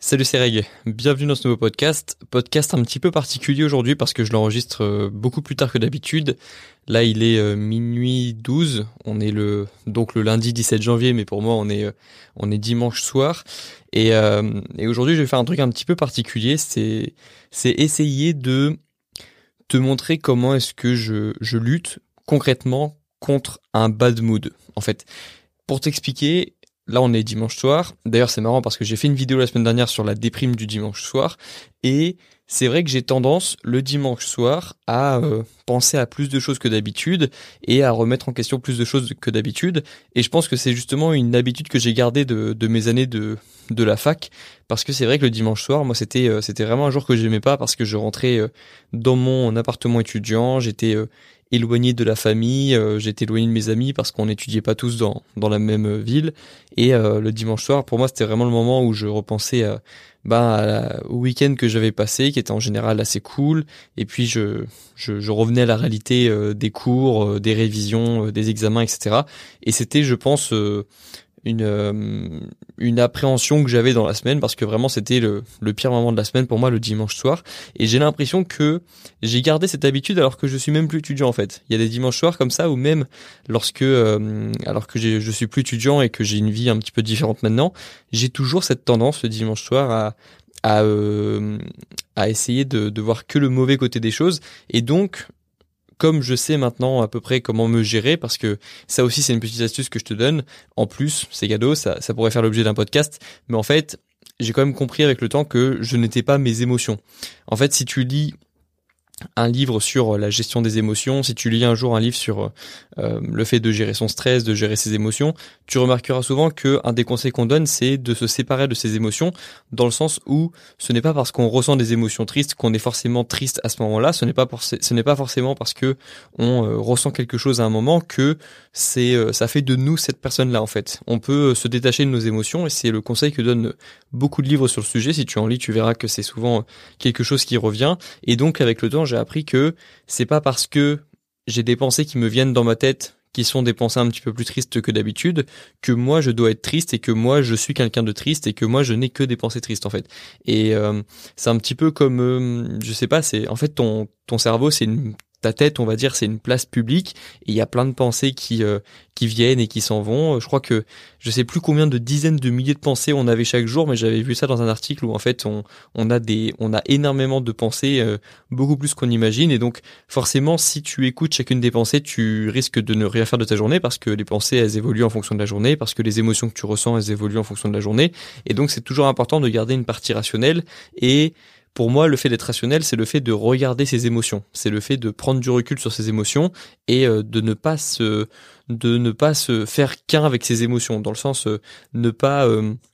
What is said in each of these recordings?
Salut, c'est Reg. Bienvenue dans ce nouveau podcast. Podcast un petit peu particulier aujourd'hui parce que je l'enregistre beaucoup plus tard que d'habitude. Là, il est minuit 12. On est donc le lundi 17 janvier, mais pour moi, on est dimanche soir. Et aujourd'hui, je vais faire un truc un petit peu particulier. C'est essayer de te montrer comment est-ce que je lutte concrètement contre un bad mood. En fait, pour t'expliquer, là, on est dimanche soir. D'ailleurs, c'est marrant parce que j'ai fait une vidéo la semaine dernière sur la déprime du dimanche soir. Et c'est vrai que j'ai tendance, le dimanche soir, à penser à plus de choses que d'habitude et à remettre en question plus de choses que d'habitude. Et je pense que c'est justement une habitude que j'ai gardée de mes années de la fac. Parce que c'est vrai que le dimanche soir, moi, c'était vraiment un jour que j'aimais pas parce que je rentrais dans mon appartement étudiant. J'étais éloigné de la famille, j'étais éloigné de mes amis parce qu'on n'étudiait pas tous dans la même ville. Et le dimanche soir, pour moi, c'était vraiment le moment où je repensais au week-end que j'avais passé, qui était en général assez cool. Et puis je revenais à la réalité des cours, des révisions, des examens, etc. Et c'était, je pense, une appréhension que j'avais dans la semaine parce que vraiment c'était le pire moment de la semaine pour moi, le dimanche soir. Et j'ai l'impression que j'ai gardé cette habitude alors que je suis même plus étudiant en fait. Il y a des dimanches soirs comme ça où même alors que je suis plus étudiant et que j'ai une vie un petit peu différente maintenant, j'ai toujours cette tendance le dimanche soir à essayer de voir que le mauvais côté des choses. Et donc, comme je sais maintenant à peu près comment me gérer, parce que ça aussi c'est une petite astuce que je te donne, en plus c'est cadeau, ça pourrait faire l'objet d'un podcast, mais en fait j'ai quand même compris avec le temps que je n'étais pas mes émotions. En fait, si tu lis un livre sur la gestion des émotions, si tu lis un jour un livre sur le fait de gérer son stress, de gérer ses émotions, tu remarqueras souvent que un des conseils qu'on donne, c'est de se séparer de ses émotions, dans le sens où ce n'est pas parce qu'on ressent des émotions tristes qu'on est forcément triste à ce moment-là, ce n'est pas forcément parce que on ressent quelque chose à un moment que ça fait de nous cette personne-là en fait. On peut se détacher de nos émotions et c'est le conseil que donnent beaucoup de livres sur le sujet. Si tu en lis, tu verras que c'est souvent quelque chose qui revient. Et donc avec le temps, j'ai appris que c'est pas parce que j'ai des pensées qui me viennent dans ma tête, qui sont des pensées un petit peu plus tristes que d'habitude, que moi je dois être triste et que moi je suis quelqu'un de triste et que moi je n'ai que des pensées tristes en fait. Et c'est un petit peu comme, je sais pas, c'est en fait ton cerveau, ta tête, on va dire, c'est une place publique et il y a plein de pensées qui viennent et qui s'en vont. Je crois que je sais plus combien de dizaines de milliers de pensées on avait chaque jour, mais j'avais vu ça dans un article où en fait on a énormément de pensées, beaucoup plus qu'on imagine. Et donc forcément, si tu écoutes chacune des pensées, tu risques de ne rien faire de ta journée parce que les pensées elles évoluent en fonction de la journée, parce que les émotions que tu ressens elles évoluent en fonction de la journée. Et donc c'est toujours important de garder une partie rationnelle. Et pour moi, le fait d'être rationnel, c'est le fait de regarder ses émotions. C'est le fait de prendre du recul sur ses émotions et de ne pas se faire qu'un avec ses émotions. Dans le sens, ne pas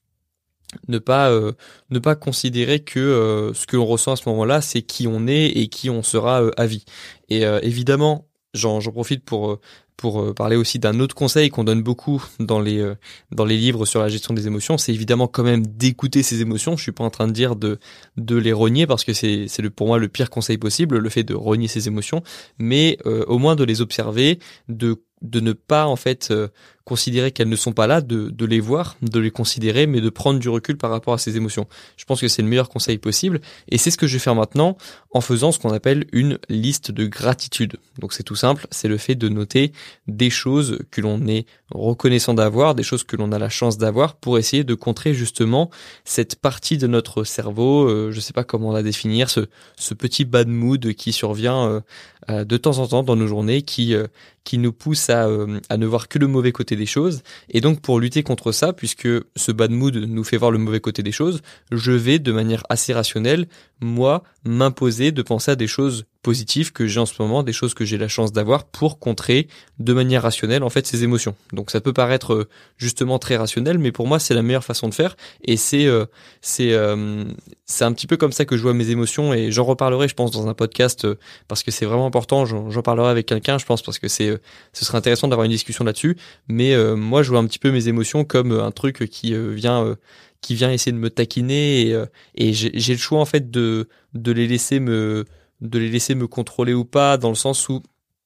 considérer que ce que l'on ressent à ce moment-là, c'est qui on est et qui on sera à vie. Et évidemment, j'en profite pour parler aussi d'un autre conseil qu'on donne beaucoup dans les livres sur la gestion des émotions, c'est évidemment quand même d'écouter ses émotions. Je suis pas en train de dire de les renier parce que pour moi le pire conseil possible, le fait de renier ses émotions, mais au moins de les observer, de ne pas en fait considérer qu'elles ne sont pas là, de les voir, de les considérer, mais de prendre du recul par rapport à ces émotions. Je pense que c'est le meilleur conseil possible et c'est ce que je vais faire maintenant en faisant ce qu'on appelle une liste de gratitude. Donc c'est tout simple, c'est le fait de noter des choses que l'on est reconnaissant d'avoir, des choses que l'on a la chance d'avoir pour essayer de contrer justement cette partie de notre cerveau, je sais pas comment la définir, ce petit bad mood qui survient de temps en temps dans nos journées, qui nous pousse à ne voir que le mauvais côté des choses. Et donc pour lutter contre ça, puisque ce bad mood nous fait voir le mauvais côté des choses, je vais de manière assez rationnelle, moi, m'imposer de penser à des choses positives que j'ai en ce moment, des choses que j'ai la chance d'avoir pour contrer de manière rationnelle en fait ces émotions. Donc ça peut paraître justement très rationnel, mais pour moi c'est la meilleure façon de faire et c'est un petit peu comme ça que je vois mes émotions et j'en reparlerai je pense dans un podcast parce que c'est vraiment important, j'en parlerai avec quelqu'un je pense parce que ce serait intéressant d'avoir une discussion là-dessus, mais moi je vois un petit peu mes émotions comme un truc qui vient essayer de me taquiner et j'ai le choix en fait de les laisser me contrôler ou pas, dans le sens où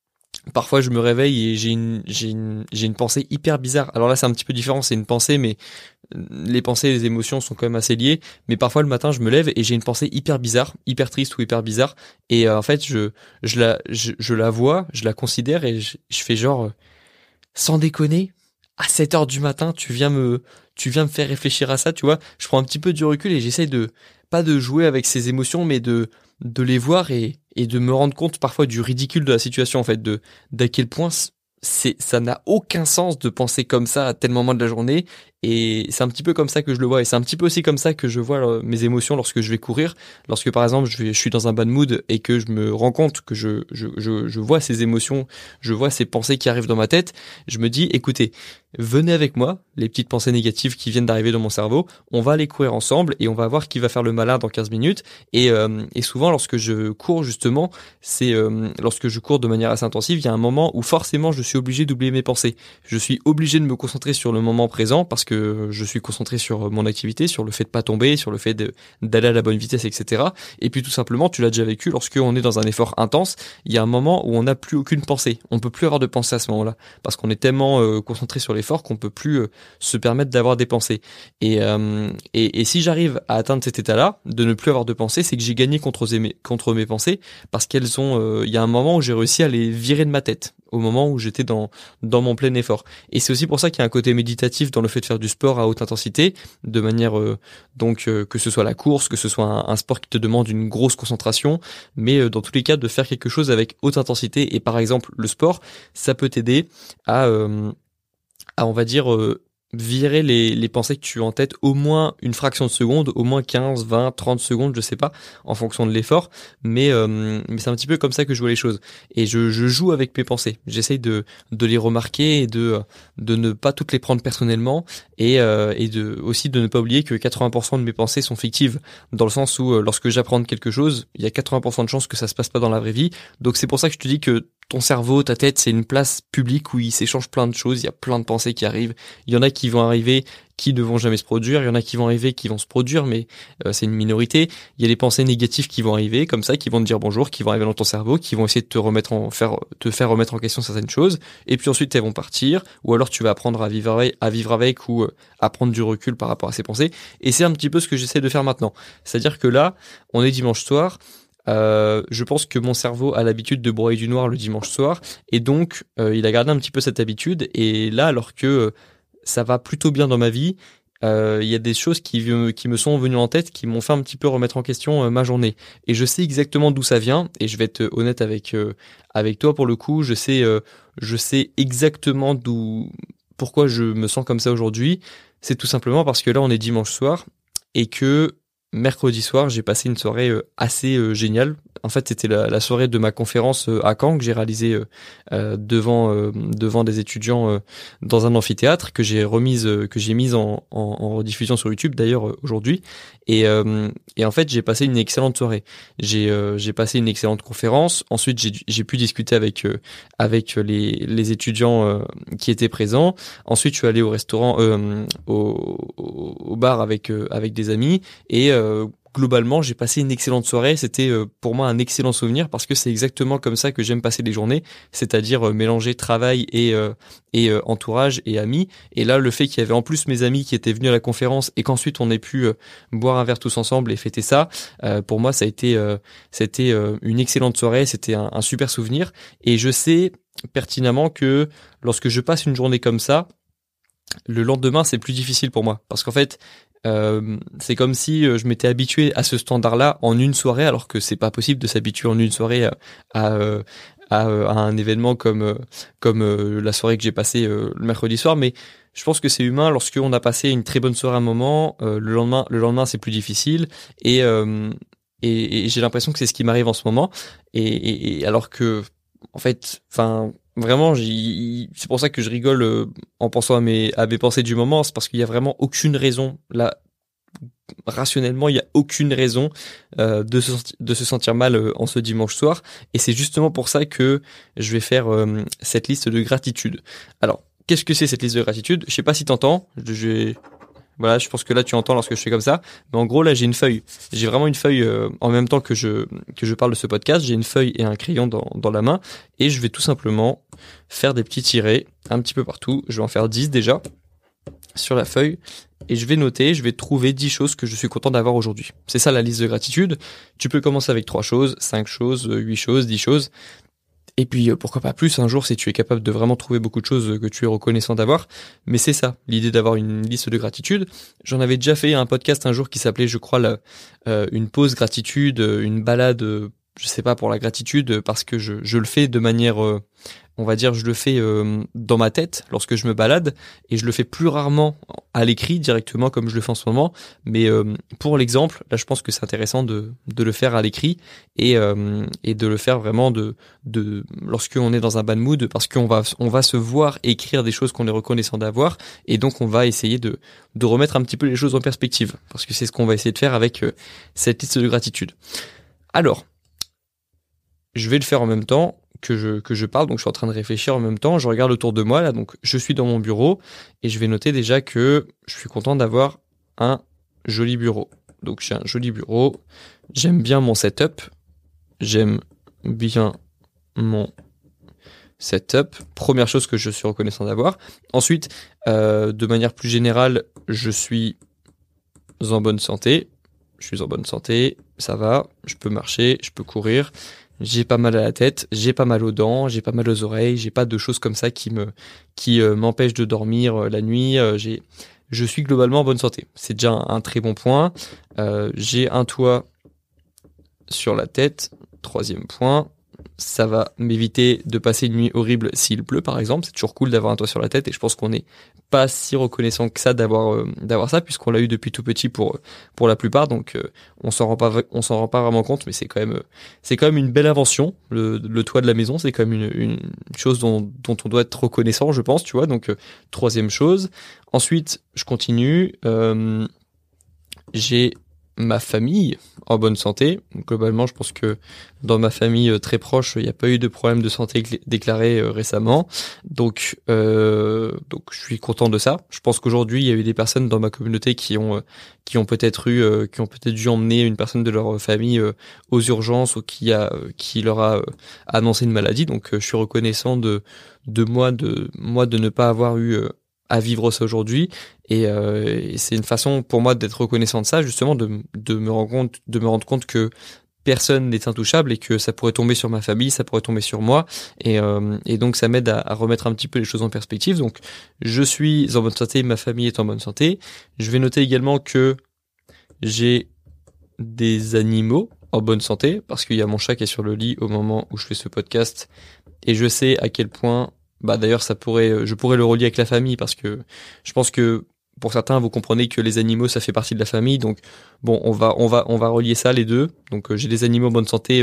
parfois je me réveille et j'ai une pensée hyper bizarre. Alors là c'est un petit peu différent, c'est une pensée, mais les pensées et les émotions sont quand même assez liées. Mais parfois le matin je me lève et j'ai une pensée hyper bizarre, hyper triste ou hyper bizarre. Et en fait je la vois, je la considère et je fais genre, sans déconner, à 7 heures du matin tu viens me faire réfléchir à ça, tu vois. Je prends un petit peu du recul et j'essaye de, pas de jouer avec ces émotions, mais de les voir et de me rendre compte parfois du ridicule de la situation, en fait, d'à quel point ça n'a aucun sens de penser comme ça à tel moment de la journée. Et c'est un petit peu comme ça que je le vois. Et c'est un petit peu aussi comme ça que je vois mes émotions lorsque je vais courir. Lorsque, par exemple, je suis dans un bad mood et que je me rends compte que je vois ces émotions, je vois ces pensées qui arrivent dans ma tête, je me dis, écoutez, venez avec moi, les petites pensées négatives qui viennent d'arriver dans mon cerveau, on va aller courir ensemble et on va voir qui va faire le malin dans 15 minutes. Et souvent, lorsque je cours, justement, lorsque je cours de manière assez intensive, il y a un moment où forcément je suis obligé d'oublier mes pensées. Je suis obligé de me concentrer sur le moment présent parce que je suis concentré sur mon activité, sur le fait de pas tomber, sur le fait d'aller à la bonne vitesse, etc. Et puis tout simplement, tu l'as déjà vécu, lorsque on est dans un effort intense, il y a un moment où on n'a plus aucune pensée. On peut plus avoir de pensée à ce moment-là parce qu'on est tellement concentré sur l'effort qu'on peut plus se permettre d'avoir des pensées. Et si j'arrive à atteindre cet état-là, de ne plus avoir de pensée, c'est que j'ai gagné contre mes pensées parce qu'elles ont. Il y a un moment où j'ai réussi à les virer de ma tête, au moment où j'étais dans mon plein effort. Et c'est aussi pour ça qu'il y a un côté méditatif dans le fait de faire du sport à haute intensité, de manière que ce soit la course, que ce soit un sport qui te demande une grosse concentration, mais dans tous les cas de faire quelque chose avec haute intensité. Et par exemple le sport, ça peut t'aider à on va dire virer les pensées que tu as en tête au moins une fraction de seconde, au moins 15, 20, 30 secondes, je sais pas, en fonction de l'effort, mais c'est un petit peu comme ça que je vois les choses. Et je joue avec mes pensées. J'essaye de les remarquer et de ne pas toutes les prendre personnellement et aussi de ne pas oublier que 80% de mes pensées sont fictives, dans le sens où lorsque j'apprends quelque chose, il y a 80% de chances que ça se passe pas dans la vraie vie. Donc c'est pour ça que je te dis que ton cerveau, ta tête, c'est une place publique où il s'échange plein de choses, il y a plein de pensées qui arrivent. Il y en a qui vont arriver, qui ne vont jamais se produire. Il y en a qui vont arriver, qui vont se produire, mais c'est une minorité. Il y a les pensées négatives qui vont arriver, comme ça, qui vont te dire bonjour, qui vont arriver dans ton cerveau, qui vont essayer de te faire remettre en question certaines choses. Et puis ensuite, elles vont partir, ou alors tu vas apprendre à vivre avec ou à prendre du recul par rapport à ces pensées. Et c'est un petit peu ce que j'essaie de faire maintenant. C'est-à-dire que là, on est dimanche soir. Je pense que mon cerveau a l'habitude de broyer du noir le dimanche soir et donc il a gardé un petit peu cette habitude. Et là, alors que ça va plutôt bien dans ma vie, il y a des choses qui me sont venues en tête, qui m'ont fait un petit peu remettre en question ma journée. Et je sais exactement d'où ça vient. Et je vais être honnête avec toi pour le coup. Je sais exactement pourquoi je me sens comme ça aujourd'hui. C'est tout simplement parce que là, on est dimanche soir et que mercredi soir, j'ai passé une soirée assez géniale. En fait, c'était la soirée de ma conférence à Caen que j'ai réalisée devant des étudiants dans un amphithéâtre que j'ai mise en rediffusion sur YouTube d'ailleurs aujourd'hui. Et en fait, j'ai passé une excellente soirée. J'ai passé une excellente conférence. Ensuite, j'ai pu discuter avec les étudiants qui étaient présents. Ensuite, je suis allé au restaurant, au bar avec des amis et globalement, j'ai passé une excellente soirée. C'était pour moi un excellent souvenir parce que c'est exactement comme ça que j'aime passer les journées, c'est-à-dire mélanger travail et entourage et amis. Et là, le fait qu'il y avait en plus mes amis qui étaient venus à la conférence et qu'ensuite on ait pu boire un verre tous ensemble et fêter ça, pour moi, c'était une excellente soirée. C'était un super souvenir. Et je sais pertinemment que lorsque je passe une journée comme ça, le lendemain, c'est plus difficile pour moi parce qu'en fait, c'est comme si je m'étais habitué à ce standard-là en une soirée, alors que c'est pas possible de s'habituer en une soirée à un événement comme la soirée que j'ai passée le mercredi soir. Mais je pense que c'est humain lorsqu'on a passé une très bonne soirée à un moment, le lendemain c'est plus difficile et j'ai l'impression que c'est ce qui m'arrive en ce moment et alors que en fait, enfin. Vraiment, c'est pour ça que je rigole en pensant à mes pensées du moment, c'est parce qu'il y a vraiment aucune raison là. Rationnellement, il y a aucune raison de se sentir mal en ce dimanche soir, et c'est justement pour ça que je vais faire cette liste de gratitude. Alors, qu'est-ce que c'est cette liste de gratitude? Je sais pas si t'entends. Voilà, je pense que là tu entends lorsque je fais comme ça. Mais en gros, là j'ai une feuille. J'ai vraiment une feuille en même temps que je parle de ce podcast. J'ai une feuille et un crayon dans la main et je vais tout simplement faire des petits tirets un petit peu partout. Je vais en faire 10 déjà sur la feuille et je vais noter, je vais trouver 10 choses que je suis content d'avoir aujourd'hui. C'est ça la liste de gratitude. Tu peux commencer avec 3 choses, 5 choses, 8 choses, 10 choses. Et puis pourquoi pas plus un jour si tu es capable de vraiment trouver beaucoup de choses que tu es reconnaissant d'avoir. Mais c'est ça, l'idée d'avoir une liste de gratitude. J'en avais déjà fait un podcast un jour qui s'appelait, je crois, une pause gratitude, une balade, je sais pas, pour la gratitude, parce que je le fais de manière, on va dire, je le fais dans ma tête lorsque je me balade, et je le fais plus rarement à l'écrit directement comme je le fais en ce moment. Mais pour l'exemple, là, je pense que c'est intéressant de le faire à l'écrit et de le faire vraiment de lorsqu'on est dans un bad mood, parce qu'on va se voir écrire des choses qu'on est reconnaissant d'avoir, et donc on va essayer de remettre un petit peu les choses en perspective, parce que c'est ce qu'on va essayer de faire avec cette liste de gratitude. Alors, je vais le faire en même temps que je parle, donc je suis en train de réfléchir en même temps, je regarde autour de moi, là, donc je suis dans mon bureau, et je vais noter déjà que je suis content d'avoir un joli bureau. Donc j'ai un joli bureau, j'aime bien mon setup, j'aime bien mon setup, première chose que je suis reconnaissant d'avoir. Ensuite, de manière plus générale, je suis en bonne santé, ça va, je peux marcher, je peux courir, j'ai pas mal à la tête, j'ai pas mal aux dents, j'ai pas mal aux oreilles, j'ai pas de choses comme ça qui m'empêchent de dormir la nuit. Je suis globalement en bonne santé. C'est déjà un très bon point. J'ai un toit sur la tête. Troisième point. Ça va m'éviter de passer une nuit horrible s'il pleut, par exemple. C'est toujours cool d'avoir un toit sur la tête, et je pense qu'on n'est pas si reconnaissant que ça d'avoir ça, puisqu'on l'a eu depuis tout petit pour la plupart. Donc on s'en rend pas vraiment compte, mais c'est quand même une belle invention. Le toit de la maison, c'est quand même une chose dont on doit être reconnaissant, je pense, tu vois. Donc troisième chose. Ensuite, je continue. J'ai ma famille en bonne santé. Globalement, je pense que dans ma famille très proche, il n'y a pas eu de problème de santé déclaré récemment. Donc je suis content de ça. Je pense qu'aujourd'hui, il y a eu des personnes dans ma communauté qui ont peut-être dû emmener une personne de leur famille aux urgences, ou qui leur a annoncé une maladie. Donc je suis reconnaissant de moi de ne pas avoir eu à vivre ça aujourd'hui, et c'est une façon pour moi d'être reconnaissant de ça, justement, de me rendre compte que personne n'est intouchable, et que ça pourrait tomber sur ma famille, ça pourrait tomber sur moi, et donc ça m'aide à remettre un petit peu les choses en perspective. Donc je suis en bonne santé, ma famille est en bonne santé. Je vais noter également que j'ai des animaux en bonne santé, parce qu'il y a mon chat qui est sur le lit au moment où je fais ce podcast, et je sais à quel point, d'ailleurs je pourrais le relier avec la famille, parce que je pense que pour certains vous comprenez que les animaux ça fait partie de la famille. Donc bon, on va relier ça les deux. Donc j'ai des animaux en bonne santé,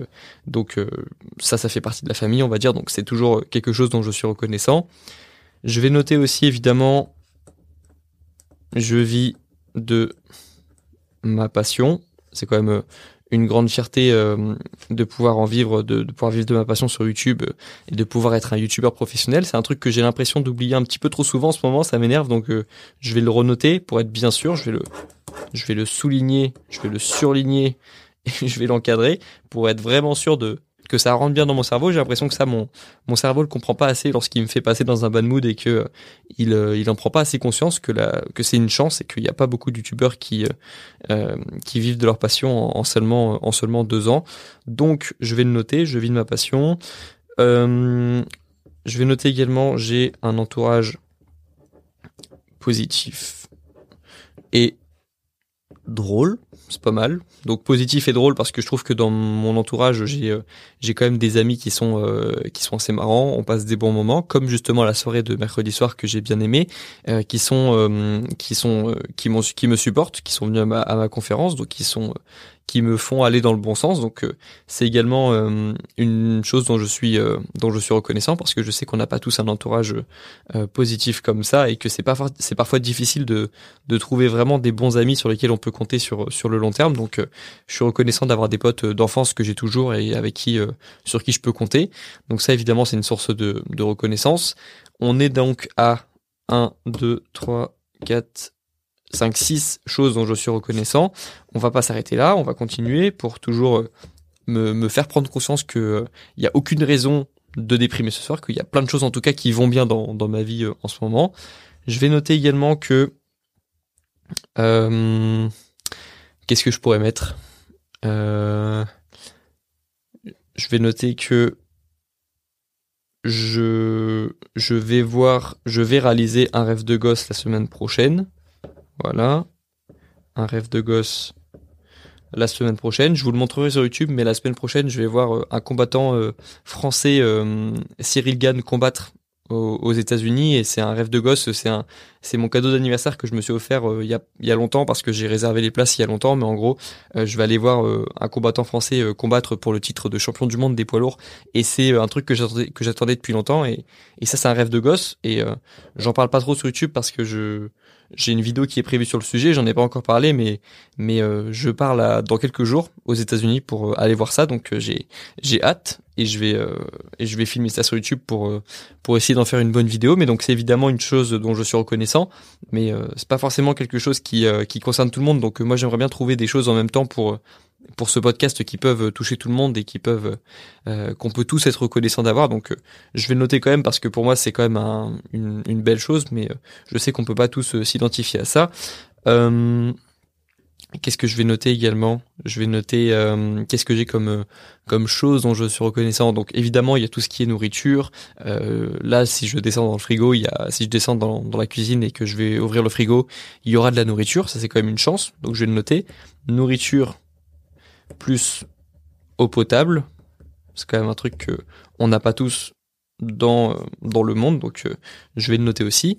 ça fait partie de la famille, on va dire. Donc c'est toujours quelque chose dont je suis reconnaissant. Je vais noter aussi, évidemment, je vis de ma passion. C'est quand même une grande fierté de pouvoir en vivre, de pouvoir vivre de ma passion sur YouTube, et de pouvoir être un YouTubeur professionnel. C'est un truc que j'ai l'impression d'oublier un petit peu trop souvent en ce moment, ça m'énerve, donc je vais le renoter pour être bien sûr, je vais le souligner, je vais le surligner, et je vais l'encadrer pour être vraiment sûr que ça rentre bien dans mon cerveau. J'ai l'impression que ça, mon cerveau le comprend pas assez lorsqu'il me fait passer dans un bad mood, et que il en prend pas assez conscience que c'est une chance, et qu'il n'y a pas beaucoup de youtubeurs qui vivent de leur passion en seulement 2 ans. Donc je vais le noter, je vis de ma passion. Je vais noter également, j'ai un entourage positif et drôle, c'est pas mal. Donc positif et drôle, parce que je trouve que dans mon entourage, j'ai quand même des amis qui sont assez marrants, on passe des bons moments, comme justement la soirée de mercredi soir que j'ai bien aimé, qui me supportent, qui sont venus à ma conférence, donc qui me font aller dans le bon sens. Donc c'est également une chose dont je suis reconnaissant, parce que je sais qu'on n'a pas tous un entourage positif comme ça, et que c'est parfois difficile de trouver vraiment des bons amis sur lesquels on peut compter sur le long terme. Donc je suis reconnaissant d'avoir des potes d'enfance que j'ai toujours, et sur qui je peux compter. Donc ça, évidemment, c'est une source de reconnaissance. On est donc à 1, 2, 3, 4, 5, 6 choses dont je suis reconnaissant. On va pas s'arrêter là, on va continuer pour toujours me faire prendre conscience que il y a aucune raison de déprimer ce soir, qu'il y a plein de choses en tout cas qui vont bien dans ma vie en ce moment. Je vais noter également que qu'est-ce que je pourrais mettre Je vais noter que je vais réaliser un rêve de gosse la semaine prochaine. Voilà, un rêve de gosse la semaine prochaine. Je vous le montrerai sur YouTube, mais la semaine prochaine, je vais voir un combattant français, Cyril Gane, combattre aux États-Unis, et c'est un rêve de gosse. C'est mon cadeau d'anniversaire que je me suis offert il y a longtemps, parce que j'ai réservé les places il y a longtemps. Mais en gros, je vais aller voir un combattant français combattre pour le titre de champion du monde des poids lourds, et c'est un truc que j'attendais depuis longtemps. Et ça, c'est un rêve de gosse. Et j'en parle pas trop sur YouTube parce que j'ai une vidéo qui est prévue sur le sujet, j'en ai pas encore parlé, mais je pars dans quelques jours aux États-Unis pour aller voir ça, donc j'ai hâte, et je vais filmer ça sur YouTube pour essayer d'en faire une bonne vidéo. Mais donc c'est évidemment une chose dont je suis reconnaissant, mais c'est pas forcément quelque chose qui concerne tout le monde. Donc moi j'aimerais bien trouver des choses en même temps pour ce podcast qui peuvent toucher tout le monde et qu'on peut tous être reconnaissants d'avoir. Donc je vais le noter quand même, parce que pour moi c'est quand même une belle chose, mais je sais qu'on peut pas tous s'identifier à ça. Qu'est-ce que je vais noter également ? Je vais noter qu'est-ce que j'ai comme chose dont je suis reconnaissant. Donc évidemment il y a tout ce qui est nourriture. Là, si je descends dans le frigo, si je descends dans la cuisine et que je vais ouvrir le frigo, il y aura de la nourriture. Ça, c'est quand même une chance, donc je vais le noter. Nourriture plus eau potable, c'est quand même un truc que on n'a pas tous dans le monde, donc je vais le noter aussi.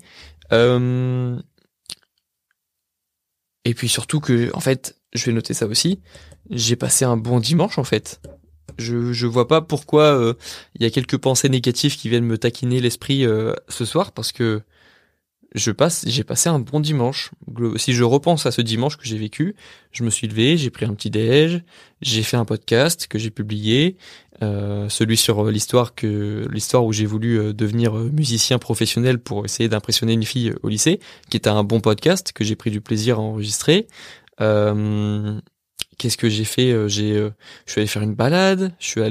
Et puis surtout que, en fait, je vais noter ça aussi, j'ai passé un bon dimanche en fait. Je vois pas pourquoi il y a quelques pensées négatives qui viennent me taquiner l'esprit ce soir, parce que j'ai passé un bon dimanche. Si je repense à ce dimanche que j'ai vécu, je me suis levé, j'ai pris un petit déj, j'ai fait un podcast que j'ai publié, celui sur l'histoire où j'ai voulu devenir musicien professionnel pour essayer d'impressionner une fille au lycée, qui était un bon podcast que j'ai pris du plaisir à enregistrer. Qu'est-ce que j'ai fait je suis allé faire une balade,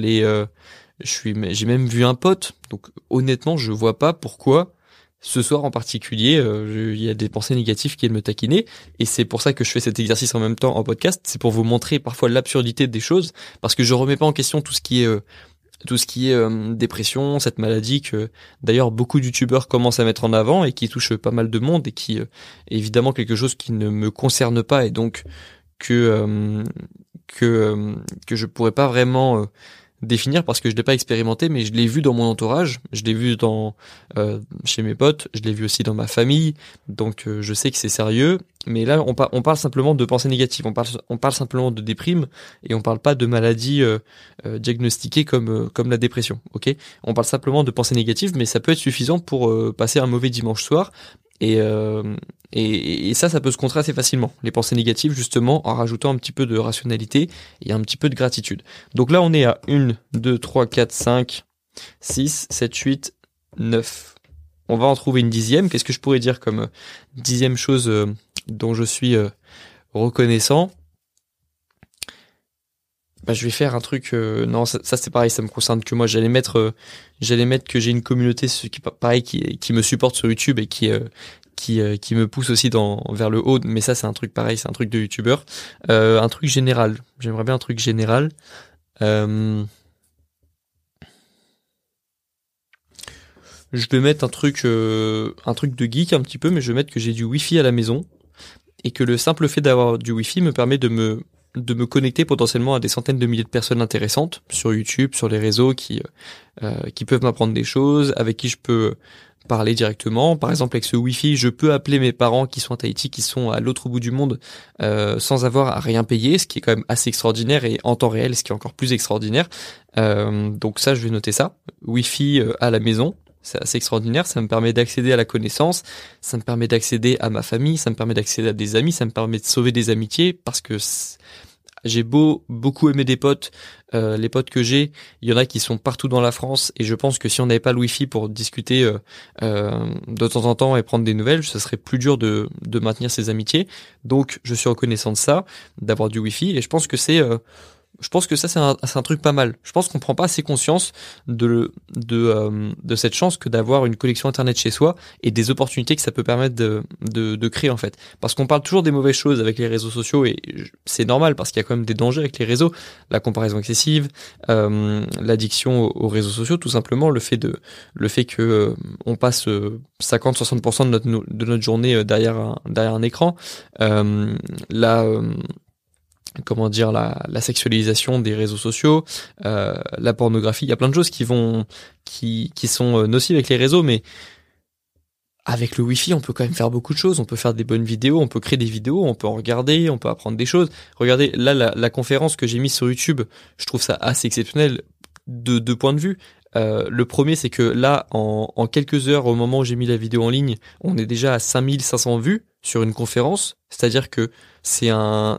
j'ai même vu un pote. Donc honnêtement, je vois pas pourquoi ce soir en particulier, il y a des pensées négatives qui viennent me taquiner, et c'est pour ça que je fais cet exercice en même temps en podcast. C'est pour vous montrer parfois l'absurdité des choses, parce que je remets pas en question tout ce qui est dépression, cette maladie que d'ailleurs beaucoup de youtubeurs commencent à mettre en avant et qui touche pas mal de monde, et qui est évidemment quelque chose qui ne me concerne pas, et donc que je pourrais pas vraiment définir, parce que je l'ai pas expérimenté, mais je l'ai vu dans mon entourage, je l'ai vu chez mes potes, je l'ai vu aussi dans ma famille, donc je sais que c'est sérieux. Mais là on parle simplement de pensées négatives, on parle simplement de déprime, et on parle pas de maladie diagnostiquée comme la dépression, ok ? On parle simplement de pensées négatives, mais ça peut être suffisant pour passer un mauvais dimanche soir. Et ça peut se contrer assez facilement, les pensées négatives, justement, en rajoutant un petit peu de rationalité et un petit peu de gratitude. Donc là, on est à 1, 2, 3, 4, 5, 6, 7, 8, 9. On va en trouver une 10e. Qu'est-ce que je pourrais dire comme 10e chose dont je suis reconnaissant ? Je vais faire un truc. Non, ça c'est pareil, ça me concerne que moi. J'allais mettre que j'ai une communauté qui me supporte sur YouTube et qui me pousse aussi vers le haut. Mais ça, c'est un truc pareil, c'est un truc de youtubeur. Un truc général. J'aimerais bien un truc général. Je vais mettre un truc de geek un petit peu, mais je vais mettre que j'ai du Wi-Fi à la maison, et que le simple fait d'avoir du Wi-Fi me permet de me connecter potentiellement à des centaines de milliers de personnes intéressantes sur YouTube, sur les réseaux qui peuvent m'apprendre des choses, avec qui je peux parler directement. Par exemple, avec ce Wi-Fi, je peux appeler mes parents qui sont à Tahiti, qui sont à l'autre bout du monde, sans avoir à rien payer, ce qui est quand même assez extraordinaire, et en temps réel, ce qui est encore plus extraordinaire. Donc ça, je vais noter ça. Wi-Fi à la maison. C'est assez extraordinaire, ça me permet d'accéder à la connaissance, ça me permet d'accéder à ma famille, ça me permet d'accéder à des amis, ça me permet de sauver des amitiés, parce que j'ai beaucoup aimer des potes, les potes que j'ai, il y en a qui sont partout dans la France et je pense que si on n'avait pas le wifi pour discuter de temps en temps et prendre des nouvelles, ça serait plus dur de maintenir ces amitiés. Donc je suis reconnaissant de ça, d'avoir du wifi et je pense que ça c'est un truc pas mal. Je pense qu'on prend pas assez conscience de cette chance que d'avoir une connexion internet chez soi et des opportunités que ça peut permettre de créer en fait. Parce qu'on parle toujours des mauvaises choses avec les réseaux sociaux et c'est normal parce qu'il y a quand même des dangers avec les réseaux, la comparaison excessive, l'addiction aux réseaux sociaux, tout simplement le fait que on passe 50-60% de notre journée derrière un écran, la la sexualisation des réseaux sociaux, la pornographie, il y a plein de choses qui sont nocives avec les réseaux, mais avec le wifi, on peut quand même faire beaucoup de choses. On peut faire des bonnes vidéos, on peut créer des vidéos, on peut en regarder, on peut apprendre des choses. Regardez, là, la conférence que j'ai mise sur YouTube, je trouve ça assez exceptionnel de deux points de vue. Le premier, c'est que là, en quelques heures, au moment où j'ai mis la vidéo en ligne, on est déjà à 5500 vues sur une conférence. C'est-à-dire que c'est une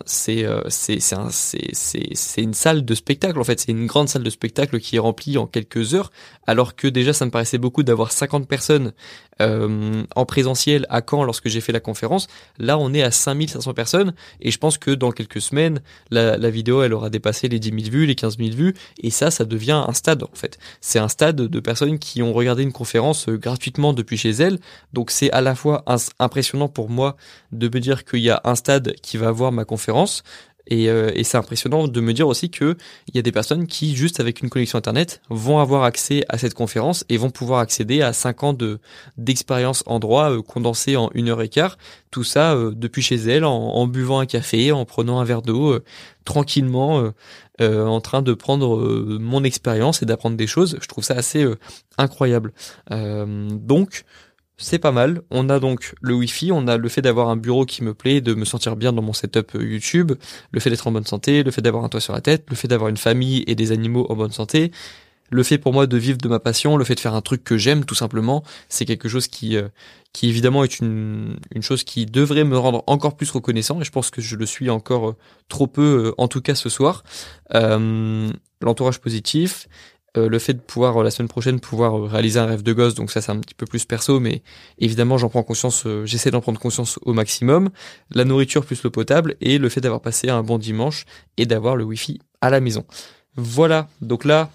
salle de spectacle, en fait. C'est une grande salle de spectacle qui est remplie en quelques heures. Alors que déjà, ça me paraissait beaucoup d'avoir 50 personnes, en présentiel à Caen lorsque j'ai fait la conférence. Là, on est à 5500 personnes. Et je pense que dans quelques semaines, la vidéo, elle aura dépassé les 10 000 vues, les 15 000 vues. Et ça devient un stade, en fait. C'est un stade de personnes qui ont regardé une conférence gratuitement depuis chez elles. Donc c'est à la fois impressionnant pour moi de me dire qu'il y a un stade qui va voir ma conférence et c'est impressionnant de me dire aussi que il y a des personnes qui juste avec une connexion internet vont avoir accès à cette conférence et vont pouvoir accéder à 5 ans d'expérience en droit condensée en 1 heure et quart, tout ça depuis chez elles en buvant un café, en prenant un verre d'eau tranquillement, en train de prendre mon expérience et d'apprendre des choses. Je trouve ça assez incroyable. Donc c'est pas mal. On a donc le Wi-Fi, on a le fait d'avoir un bureau qui me plaît, de me sentir bien dans mon setup YouTube, le fait d'être en bonne santé, le fait d'avoir un toit sur la tête, le fait d'avoir une famille et des animaux en bonne santé, le fait pour moi de vivre de ma passion, le fait de faire un truc que j'aime tout simplement, c'est quelque chose qui évidemment est une chose qui devrait me rendre encore plus reconnaissant et je pense que je le suis encore trop peu, en tout cas ce soir. L'entourage positif, le fait de pouvoir la semaine prochaine pouvoir réaliser un rêve de gosse, donc ça c'est un petit peu plus perso, mais évidemment j'en prends conscience, j'essaie d'en prendre conscience au maximum, la nourriture plus l'eau potable et le fait d'avoir passé un bon dimanche et d'avoir le wifi à la maison. Voilà, donc là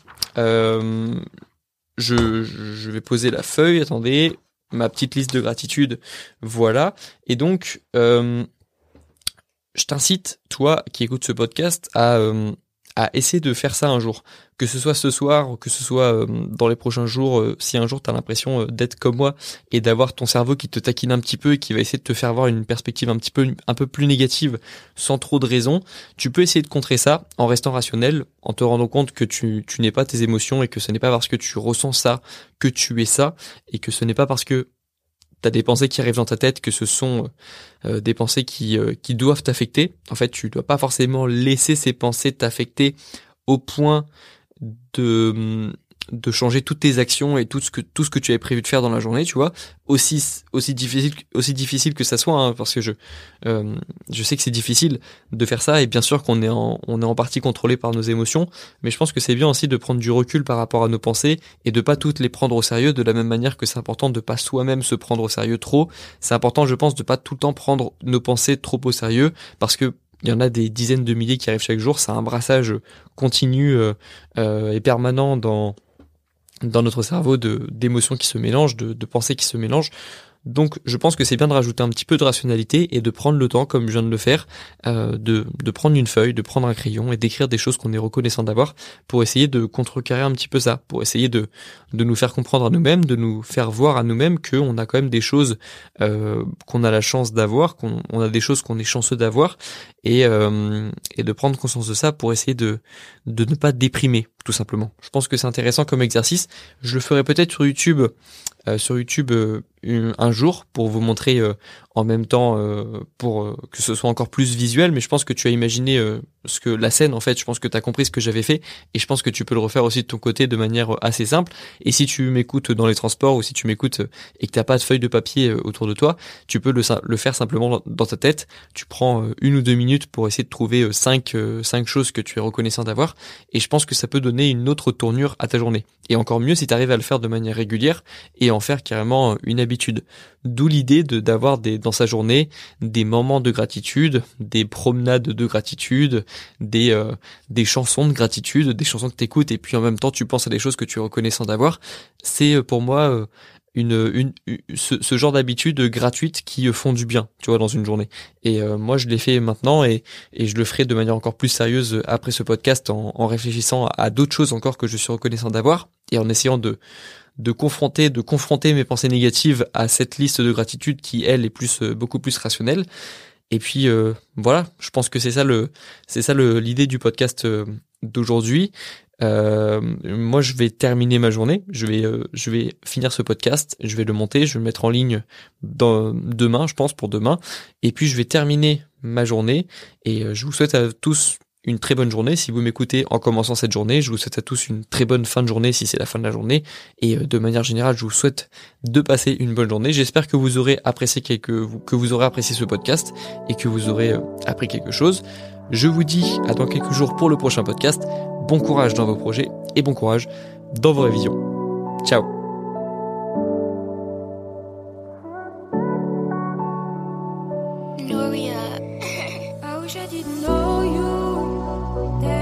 je vais poser la feuille, attendez, ma petite liste de gratitude, voilà, et donc je t'incite, toi qui écoutes ce podcast, à essayer de faire ça un jour, que ce soit ce soir ou que ce soit dans les prochains jours, si un jour t'as l'impression d'être comme moi et d'avoir ton cerveau qui te taquine un petit peu et qui va essayer de te faire voir une perspective un peu plus négative sans trop de raison, tu peux essayer de contrer ça en restant rationnel, en te rendant compte que tu n'es pas tes émotions et que ce n'est pas parce que tu ressens ça que tu es ça et que ce n'est pas parce que t'as des pensées qui arrivent dans ta tête que ce sont des pensées qui doivent t'affecter. En fait, tu dois pas forcément laisser ces pensées t'affecter au point de changer toutes tes actions et tout ce que tu avais prévu de faire dans la journée, tu vois, aussi difficile que ça soit, hein, parce que je sais que c'est difficile de faire ça et bien sûr qu'on est en partie contrôlé par nos émotions, mais je pense que c'est bien aussi de prendre du recul par rapport à nos pensées et de pas toutes les prendre au sérieux, de la même manière que c'est important de pas soi-même se prendre au sérieux trop. C'est important, je pense, de pas tout le temps prendre nos pensées trop au sérieux parce que il y en a des dizaines de milliers qui arrivent chaque jour, c'est un brassage continu et permanent dans notre cerveau d'émotions qui se mélangent, de pensées qui se mélangent. Donc je pense que c'est bien de rajouter un petit peu de rationalité et de prendre le temps, comme je viens de le faire, de prendre une feuille, de prendre un crayon et d'écrire des choses qu'on est reconnaissant d'avoir pour essayer de contrecarrer un petit peu ça, pour essayer de nous faire comprendre à nous-mêmes, de nous faire voir à nous-mêmes qu'on a quand même des choses qu'on a la chance d'avoir, qu'on a des choses qu'on est chanceux d'avoir et de prendre conscience de ça pour essayer de ne pas déprimer tout simplement. Je pense que c'est intéressant comme exercice. Je le ferai peut-être sur YouTube, un jour pour vous montrer en même temps pour que ce soit encore plus visuel, mais je pense que tu as imaginé ce que la scène en fait, je pense que tu as compris ce que j'avais fait et je pense que tu peux le refaire aussi de ton côté de manière assez simple. Et si tu m'écoutes dans les transports ou si tu m'écoutes et que t'as pas de feuille de papier autour de toi, tu peux le faire simplement dans ta tête. Tu prends 1 ou 2 minutes pour essayer de trouver cinq choses que tu es reconnaissant d'avoir et je pense que ça peut donner une autre tournure à ta journée. Et encore mieux si tu arrives à le faire de manière régulière et en faire carrément une habitude. D'où l'idée d'avoir dans sa journée des moments de gratitude, des promenades de gratitude, des chansons de gratitude, des chansons que t'écoutes et puis en même temps tu penses à des choses que tu es reconnaissant d'avoir. C'est pour moi ce genre d'habitude gratuite qui font du bien, tu vois, dans une journée. Et moi je l'ai fait maintenant et je le ferai de manière encore plus sérieuse après ce podcast en réfléchissant à d'autres choses encore que je suis reconnaissant d'avoir et en essayant de confronter mes pensées négatives à cette liste de gratitude qui elle est beaucoup plus rationnelle. Et puis voilà, je pense que c'est ça l'idée du podcast d'aujourd'hui. Moi je vais terminer ma journée, je vais finir ce podcast, je vais le monter, je vais le mettre en ligne demain, je pense pour demain, et puis je vais terminer ma journée et je vous souhaite à tous une très bonne journée si vous m'écoutez en commençant cette journée. Je vous souhaite à tous une très bonne fin de journée si c'est la fin de la journée. Et de manière générale, je vous souhaite de passer une bonne journée. J'espère que vous aurez apprécié que vous aurez apprécié ce podcast et que vous aurez appris quelque chose. Je vous dis à dans quelques jours pour le prochain podcast. Bon courage dans vos projets et bon courage dans vos révisions. Ciao. Gloria, I wish I didn't know you.